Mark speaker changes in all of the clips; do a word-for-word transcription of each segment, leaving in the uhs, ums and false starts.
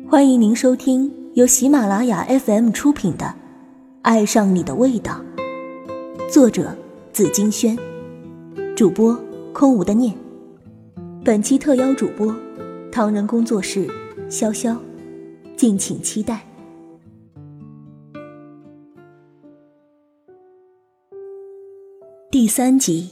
Speaker 1: 欢迎您收听由喜马拉雅 F M 出品的《爱上你的味道》，作者紫金轩，主播空无的念。本期特邀主播唐人工作室潇潇，敬请期待。第三集，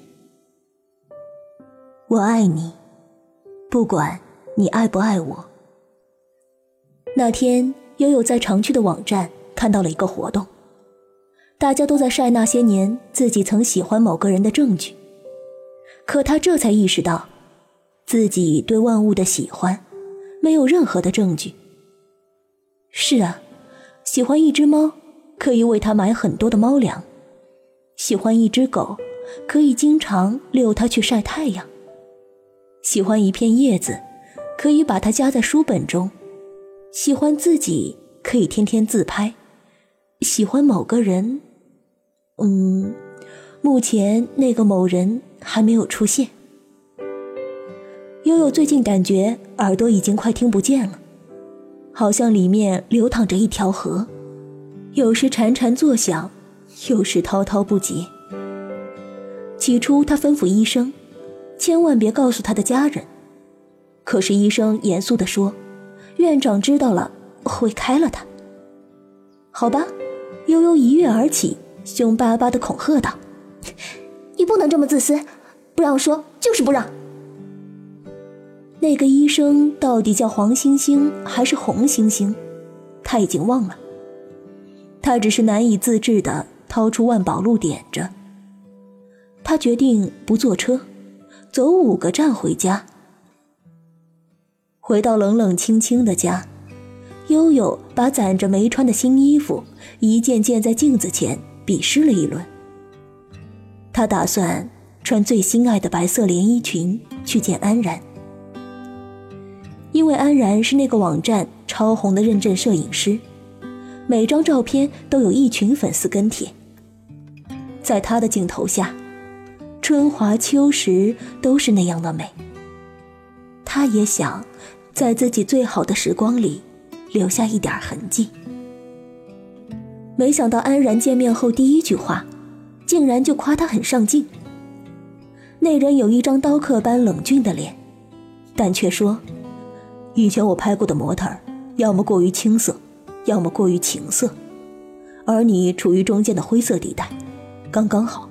Speaker 1: 我爱你，不管你爱不爱我。那天悠悠在常去的网站看到了一个活动，大家都在晒那些年自己曾喜欢某个人的证据，可他这才意识到自己对万物的喜欢没有任何的证据。是啊，喜欢一只猫可以为它买很多的猫粮，喜欢一只狗可以经常遛它去晒太阳，喜欢一片叶子可以把它夹在书本中，喜欢自己可以天天自拍，喜欢某个人，嗯，目前那个某人还没有出现。悠悠最近感觉耳朵已经快听不见了，好像里面流淌着一条河，有时潺潺作响，有时滔滔不绝。起初他吩咐医生千万别告诉他的家人，可是医生严肃地说，院长知道了会开了他。好吧，悠悠一跃而起，凶巴巴地恐吓道，你不能这么自私，不让说就是不让。那个医生到底叫黄星星还是红星星，他已经忘了。他只是难以自制地掏出万宝路点着。他决定不坐车，走五个站回家。回到冷冷清清的家，悠悠把攒着没穿的新衣服一件件在镜子前比试了一轮。他打算穿最心爱的白色连衣裙去见安然，因为安然是那个网站超红的认证摄影师，每张照片都有一群粉丝跟帖。在他的镜头下，春华秋实都是那样的美。他也想在自己最好的时光里留下一点痕迹。没想到安然见面后第一句话竟然就夸他很上镜。那人有一张刀刻般冷峻的脸，但却说，以前我拍过的模特要么过于青涩，要么过于情色，而你处于中间的灰色地带，刚刚好。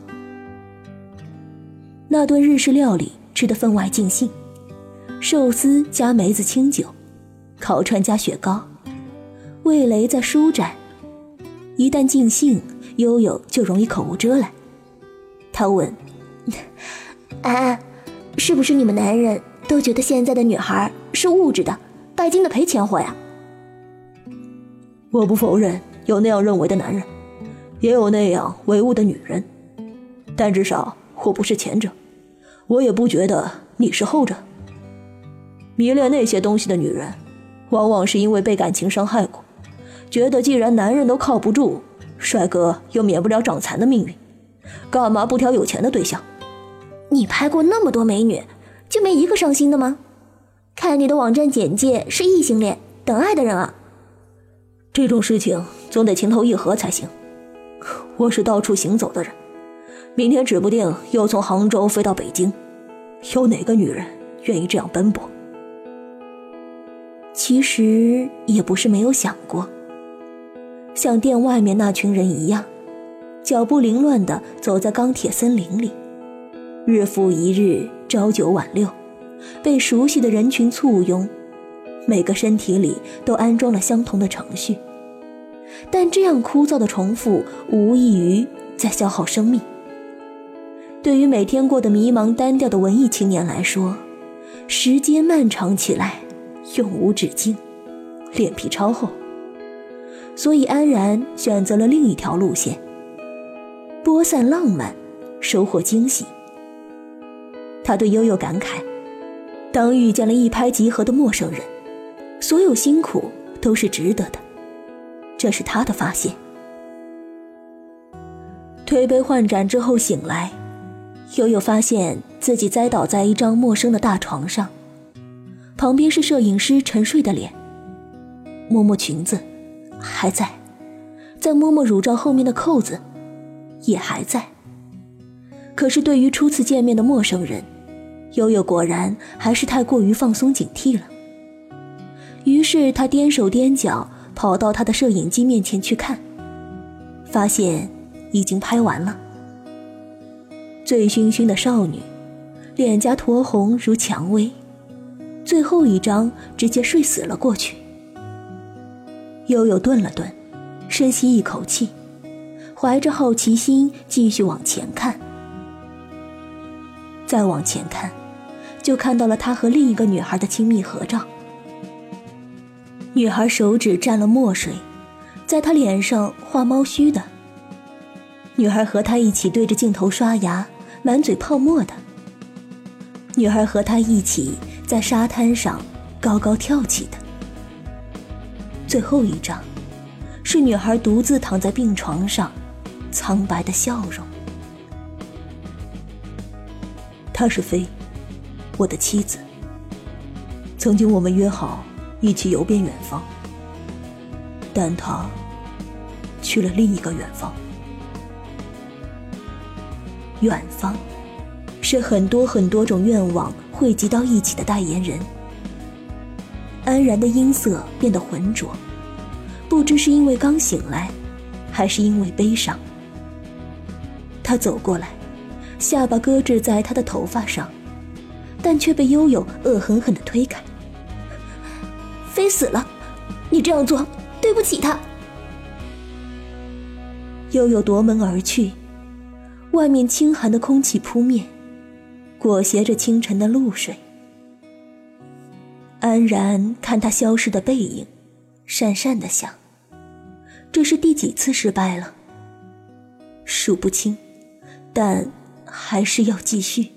Speaker 1: 那顿日式料理吃得分外尽兴，寿司加梅子清酒，烤串加雪糕，味蕾在舒展。一旦尽兴，悠悠就容易口无遮拦。他问，安安，是不是你们男人都觉得现在的女孩是物质的、拜金的赔钱货呀？
Speaker 2: 我不否认有那样认为的男人，也有那样唯物的女人，但至少我不是前者，我也不觉得你是后者。迷恋那些东西的女人，往往是因为被感情伤害过，觉得既然男人都靠不住，帅哥又免不了长残的命运，干嘛不挑有钱的对象？
Speaker 1: 你拍过那么多美女，就没一个伤心的吗？看你的网站简介是异性恋等爱的人啊。
Speaker 2: 这种事情总得情投意合才行。我是到处行走的人，明天指不定又从杭州飞到北京，有哪个女人愿意这样奔波？
Speaker 1: 其实也不是没有想过，像店外面那群人一样，脚步凌乱地走在钢铁森林里，日复一日，朝九晚六，被熟悉的人群簇拥，每个身体里都安装了相同的程序，但这样枯燥的重复无异于在消耗生命。对于每天过得迷茫单调的文艺青年来说，时间漫长起来永无止境，脸皮超厚。所以安然选择了另一条路线，播散浪漫，收获惊喜。他对悠悠感慨，当遇见了一拍即合的陌生人，所有辛苦都是值得的，这是他的发现。推杯换盏之后醒来，悠悠发现自己栽倒在一张陌生的大床上，旁边是摄影师沉睡的脸。 摸摸裙子，还在；再摸摸乳罩后面的扣子，也还在。可是对于初次见面的陌生人，悠悠果然还是太过于放松警惕了。于是他踮手踮脚跑到他的摄影机面前去看，发现已经拍完了。醉醺醺的少女，脸颊酡红如蔷薇，最后一张直接睡死了过去。悠悠顿了顿，深吸一口气，怀着好奇心继续往前看。再往前看，就看到了他和另一个女孩的亲密合照。女孩手指沾了墨水，在他脸上画猫须的。女孩和他一起对着镜头刷牙，满嘴泡沫的。女孩和他一起在沙滩上高高跳起的。最后一张是女孩独自躺在病床上，苍白的笑容。她是飞，我的妻子。曾经我们约好一起游遍远方，但她去了另一个远方。远方是很多很多种愿望汇集到一起的代言人。安然的音色变得浑浊，不知是因为刚醒来，还是因为悲伤。他走过来，下巴搁置在他的头发上，但却被悠悠恶狠狠地推开。飞死了，你这样做对不起他。悠悠夺门而去，外面清寒的空气扑面，裹挟着清晨的露水。安然看他消失的背影，讪讪地想，这是第几次失败了？数不清，但还是要继续。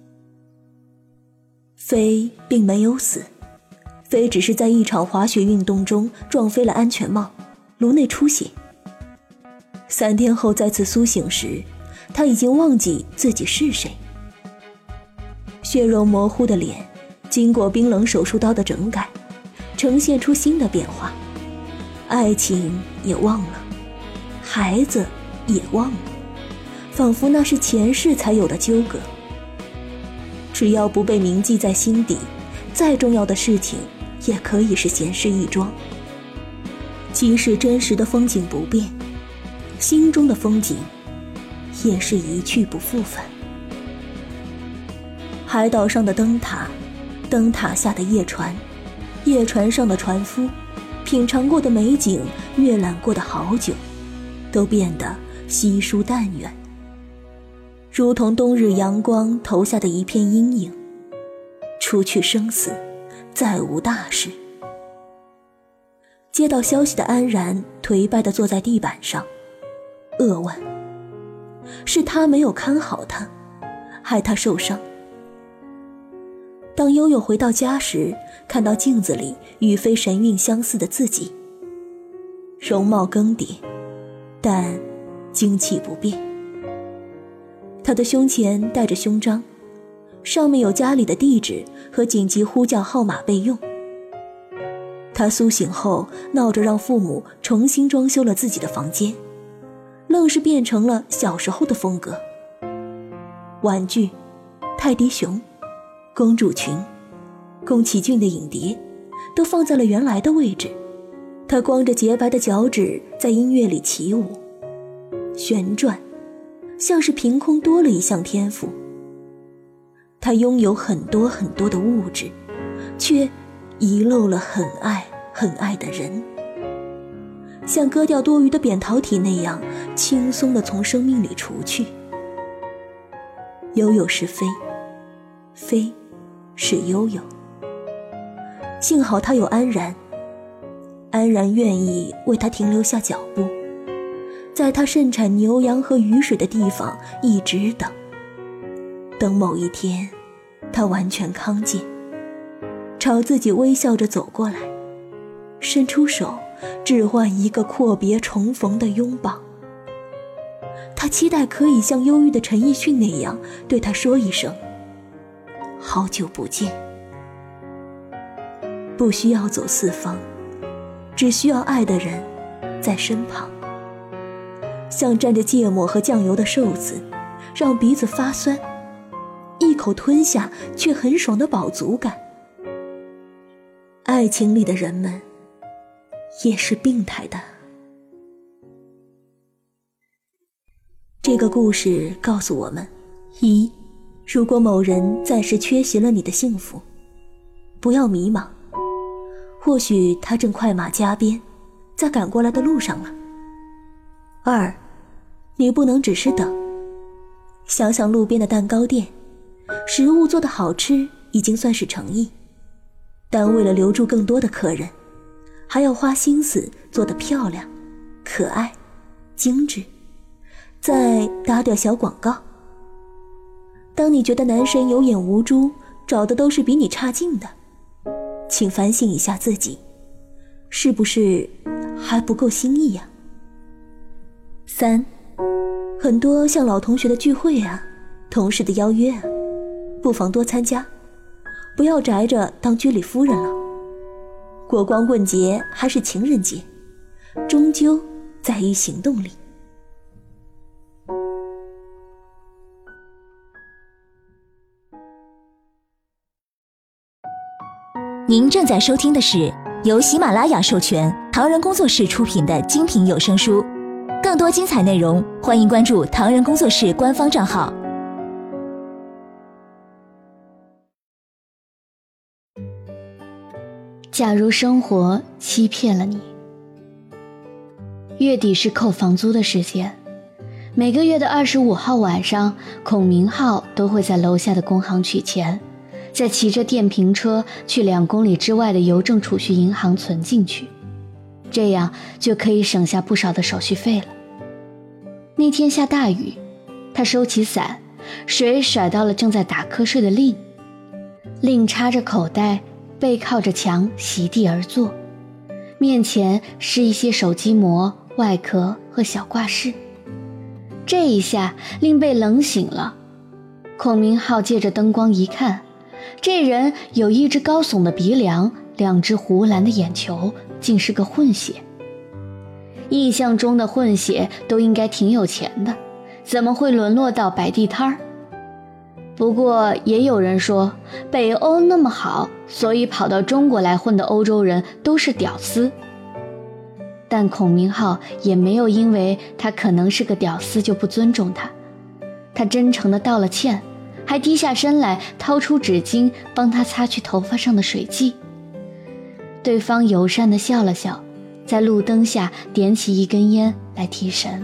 Speaker 1: 飞并没有死，飞只是在一场滑雪运动中撞飞了安全帽，颅内出血。三天后再次苏醒时，他已经忘记自己是谁。血肉模糊的脸经过冰冷手术刀的整改，呈现出新的变化。爱情也忘了，孩子也忘了，仿佛那是前世才有的纠葛。只要不被铭记在心底，再重要的事情也可以是闲事一桩。即使真实的风景不变，心中的风景也是一去不复返。海岛上的灯塔，灯塔下的夜船，夜船上的船夫，品尝过的美景，阅览过的好酒，都变得稀疏淡远，如同冬日阳光投下的一片阴影。除去生死，再无大事。接到消息的安然颓败地坐在地板上，扼腕。是他没有看好他，害他受伤。当悠悠回到家时，看到镜子里与飞神韵相似的自己，容貌更迭，但精气不变。他的胸前带着胸章，上面有家里的地址和紧急呼叫号码备用。他苏醒后闹着让父母重新装修了自己的房间，愣是变成了小时候的风格。玩具、泰迪熊、公主裙、宫崎骏的影碟都放在了原来的位置。他光着洁白的脚趾在音乐里起舞，旋转，像是凭空多了一项天赋。他拥有很多很多的物质，却遗漏了很爱很爱的人，像割掉多余的扁桃体那样轻松地从生命里除去。悠悠是飞，飞是悠悠。幸好他有安然，安然愿意为他停留下脚步，在他盛产牛羊和雨水的地方一直等，等某一天他完全康健，朝自己微笑着走过来，伸出手置换一个阔别重逢的拥抱。他期待可以像忧郁的陈奕迅那样对他说一声好久不见。不需要走四方， 只需要爱的人在身旁，像蘸着芥末和酱油的寿司，让鼻子发酸，一口吞下却很爽的饱足感。爱情里的人们也是病态的。这个故事告诉我们：一，如果某人暂时缺席了你的幸福，不要迷茫，或许他正快马加鞭，在赶过来的路上了。二，你不能只是等，想想路边的蛋糕店，食物做得好吃已经算是诚意，但为了留住更多的客人，还要花心思做得漂亮、可爱、精致，再打点小广告。当你觉得男神有眼无珠，找的都是比你差劲的，请反省一下自己，是不是还不够心意呀？三，很多像老同学的聚会啊，同事的邀约啊，不妨多参加，不要宅着当居里夫人了。过光棍节还是情人节，终究在于行动力。
Speaker 3: 您正在收听的是由喜马拉雅授权唐人工作室出品的精品有声书，更多精彩内容欢迎关注唐人工作室官方账号。
Speaker 4: 假如生活欺骗了你。月底是扣房租的时间，每个月的二十五号晚上，孔明浩都会在楼下的工行取钱，再骑着电瓶车去两公里之外的邮政储蓄银行存进去，这样就可以省下不少的手续费了。那天下大雨，他收起伞，水甩到了正在打瞌睡的令。令插着口袋，背靠着墙席地而坐，面前是一些手机膜、外壳和小挂饰。这一下令被冷醒了。孔明浩借着灯光一看，这人有一只高耸的鼻梁，两只湖蓝的眼球，竟是个混血。印象中的混血都应该挺有钱的，怎么会沦落到摆地摊儿？不过也有人说，北欧那么好，所以跑到中国来混的欧洲人都是屌丝。但孔明浩也没有因为他可能是个屌丝就不尊重他，他真诚地道了歉，还低下身来掏出纸巾帮他擦去头发上的水迹。对方友善地笑了笑，在路灯下点起一根烟来提神。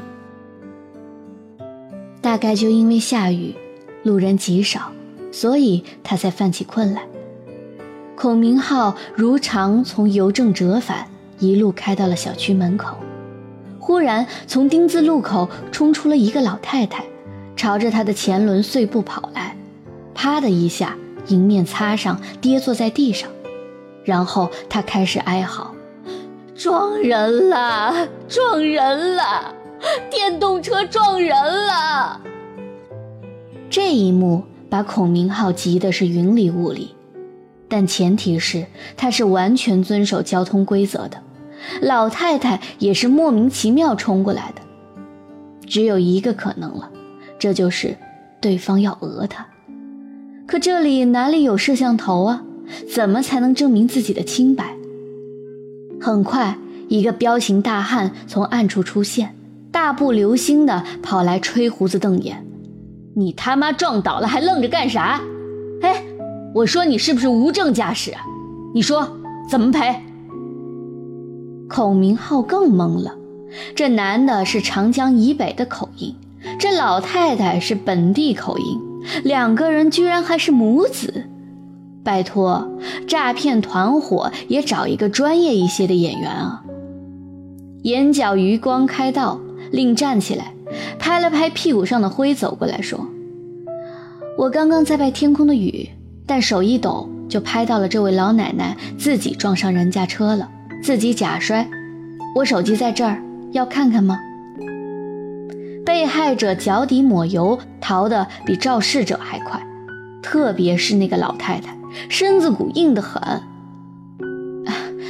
Speaker 4: 大概就因为下雨，路人极少，所以他才犯起困来。孔明浩如常从邮政折返，一路开到了小区门口。忽然从丁字路口冲出了一个老太太，朝着他的前轮碎步跑来，啪的一下迎面擦上，跌坐在地上。然后他开始哀嚎：撞人了，撞人了，电动车撞人了。这一幕把孔明浩急的是云里雾里，但前提是他是完全遵守交通规则的，老太太也是莫名其妙冲过来的。只有一个可能了，这就是对方要讹他。可这里哪里有摄像头啊？怎么才能证明自己的清白？很快，一个彪形大汉从暗处出现，大步流星地跑来吹胡子瞪眼。你他妈撞倒了还愣着干啥？哎，我说你是不是无证驾驶啊？你说怎么赔？孔明浩更懵了，这男的是长江以北的口音，这老太太是本地口音，两个人居然还是母子。拜托，诈骗团伙也找一个专业一些的演员啊。眼角余光开道，令站起来，拍了拍屁股上的灰，走过来说：我刚刚在拍天空的雨，但手一抖就拍到了这位老奶奶自己撞上人家车了，自己假摔。我手机在这儿，要看看吗？被害者脚底抹油，逃得比肇事者还快，特别是那个老太太，身子骨硬得很。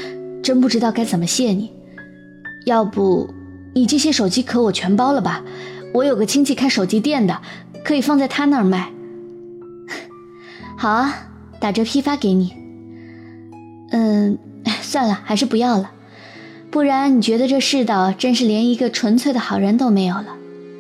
Speaker 4: 真不知道该怎么谢你。要不你这些手机壳我全包了吧，我有个亲戚开手机店的，可以放在他那儿卖。好啊，打折批发给你。嗯，算了，还是不要了，不然你觉得这世道真是连一个纯粹的好人都没有了。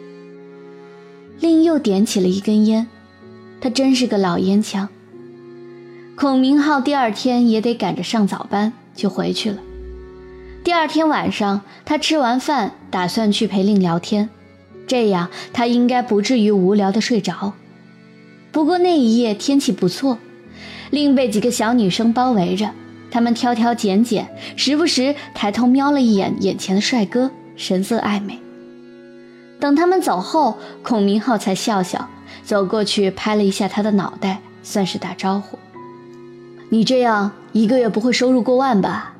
Speaker 4: 令又点起了一根烟，他真是个老烟枪。孔明浩第二天也得赶着上早班，就回去了。第二天晚上，他吃完饭打算去陪令聊天，这样他应该不至于无聊地睡着。不过那一夜天气不错，令被几个小女生包围着，她们挑挑拣拣，时不时抬头瞄了一眼眼前的帅哥，神色暧昧。等他们走后，孔明浩才笑笑走过去拍了一下他的脑袋，算是打招呼。你这样一个月不会收入过万吧？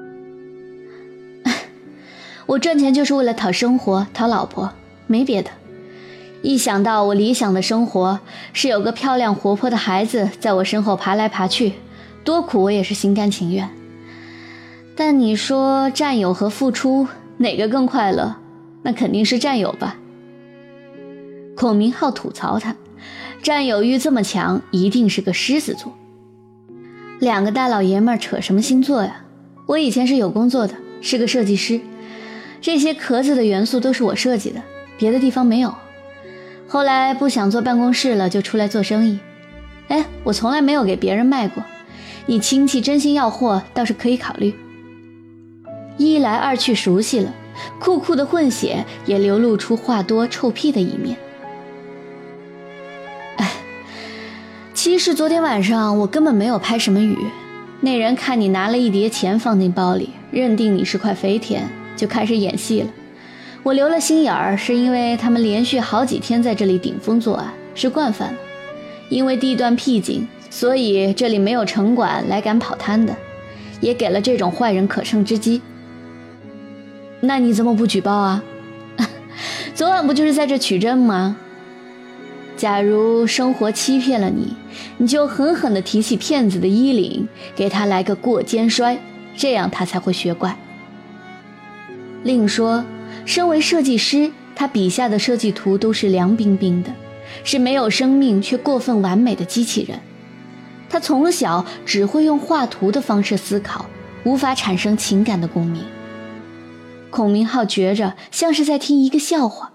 Speaker 4: 我赚钱就是为了讨生活，讨老婆，没别的。一想到我理想的生活是有个漂亮活泼的孩子在我身后爬来爬去，多苦我也是心甘情愿。但你说占有和付出哪个更快乐？那肯定是占有吧。孔明浩吐槽他，占有欲这么强，一定是个狮子座。两个大老爷们儿扯什么星座呀？我以前是有工作的，是个设计师，这些壳子的元素都是我设计的，别的地方没有。后来不想坐办公室了，就出来做生意。哎，我从来没有给别人卖过，你亲戚真心要货倒是可以考虑。一来二去熟悉了，酷酷的混血也流露出话多臭屁的一面。哎，其实昨天晚上我根本没有拍什么雨，那人看你拿了一叠钱放进包里，认定你是块肥田，就开始演戏了。我留了心眼儿，是因为他们连续好几天在这里顶风作案，是惯犯了。因为地段僻静，所以这里没有城管来赶跑摊的，也给了这种坏人可乘之机。那你怎么不举报啊？昨晚不就是在这取证吗？假如生活欺骗了你，你就狠狠地提起骗子的衣领，给他来个过肩摔，这样他才会学乖。另说，身为设计师，他笔下的设计图都是凉冰冰的，是没有生命却过分完美的机器人。他从小只会用画图的方式思考，无法产生情感的共鸣。孔明浩觉着像是在听一个笑话。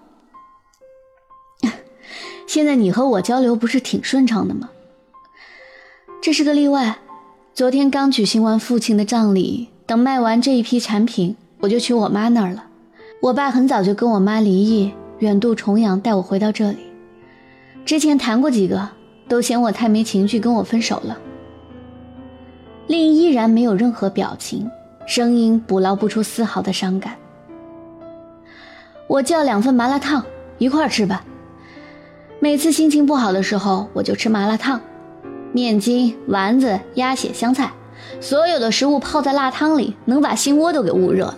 Speaker 4: 现在你和我交流不是挺顺畅的吗？这是个例外，昨天刚举行完父亲的葬礼，等卖完这一批产品，我就去我妈那儿了。我爸很早就跟我妈离异，远渡重洋带我回到这里。之前谈过几个，都嫌我太没情绪，跟我分手了。令依然没有任何表情，声音捕捞不出丝毫的伤感。我叫两份麻辣烫，一块儿吃吧。每次心情不好的时候，我就吃麻辣烫，面筋、丸子、鸭血、香菜，所有的食物泡在辣汤里，能把心窝都给捂热了。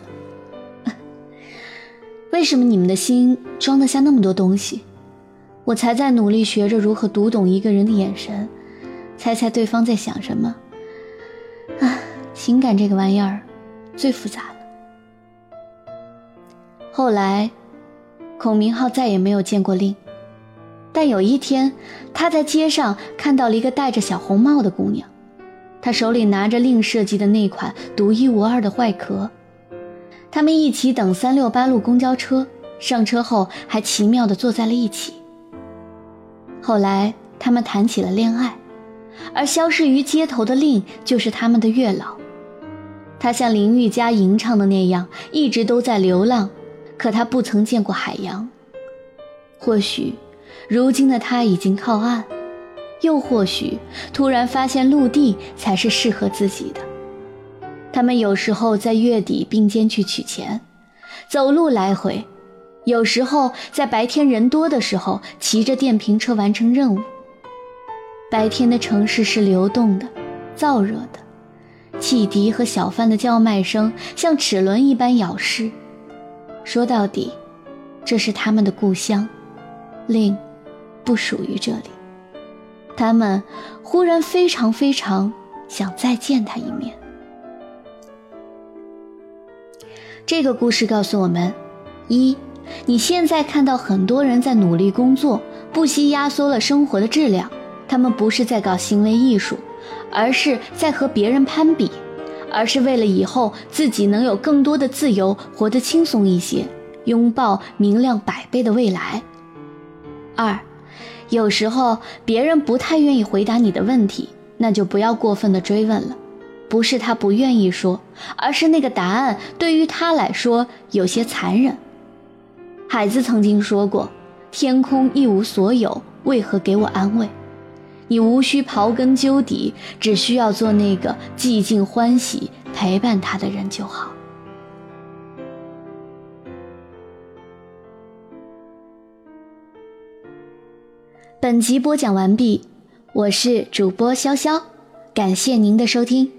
Speaker 4: 为什么你们的心装得下那么多东西？我才在努力学着如何读懂一个人的眼神，猜猜对方在想什么。啊，情感这个玩意儿最复杂了。后来孔明浩再也没有见过令，但有一天他在街上看到了一个戴着小红帽的姑娘，她手里拿着令设计的那款独一无二的外壳。他们一起等三六八路公交车，上车后还奇妙地坐在了一起。后来他们谈起了恋爱，而消失于街头的令就是他们的月老。他像林玉嘉吟唱的那样，一直都在流浪，可他不曾见过海洋。或许如今的他已经靠岸，又或许突然发现陆地才是适合自己的。他们有时候在月底并肩去取钱，走路来回，有时候在白天人多的时候骑着电瓶车完成任务。白天的城市是流动的、燥热的，汽笛和小贩的叫卖声像齿轮一般咬噬。说到底，这是他们的故乡，令不属于这里。他们忽然非常非常想再见他一面。 这个故事告诉我们：一，你现在看到很多人在努力工作，不惜压缩了生活的质量，他们不是在搞行为艺术，而是在和别人攀比，而是为了以后自己能有更多的自由，活得轻松一些，拥抱明亮百倍的未来。二，有时候别人不太愿意回答你的问题，那就不要过分的追问了，不是他不愿意说，而是那个答案对于他来说有些残忍。海子曾经说过，天空一无所有，为何给我安慰？你无需刨根究底，只需要做那个寂静欢喜陪伴他的人就好。本集播讲完毕，我是主播潇潇，感谢您的收听。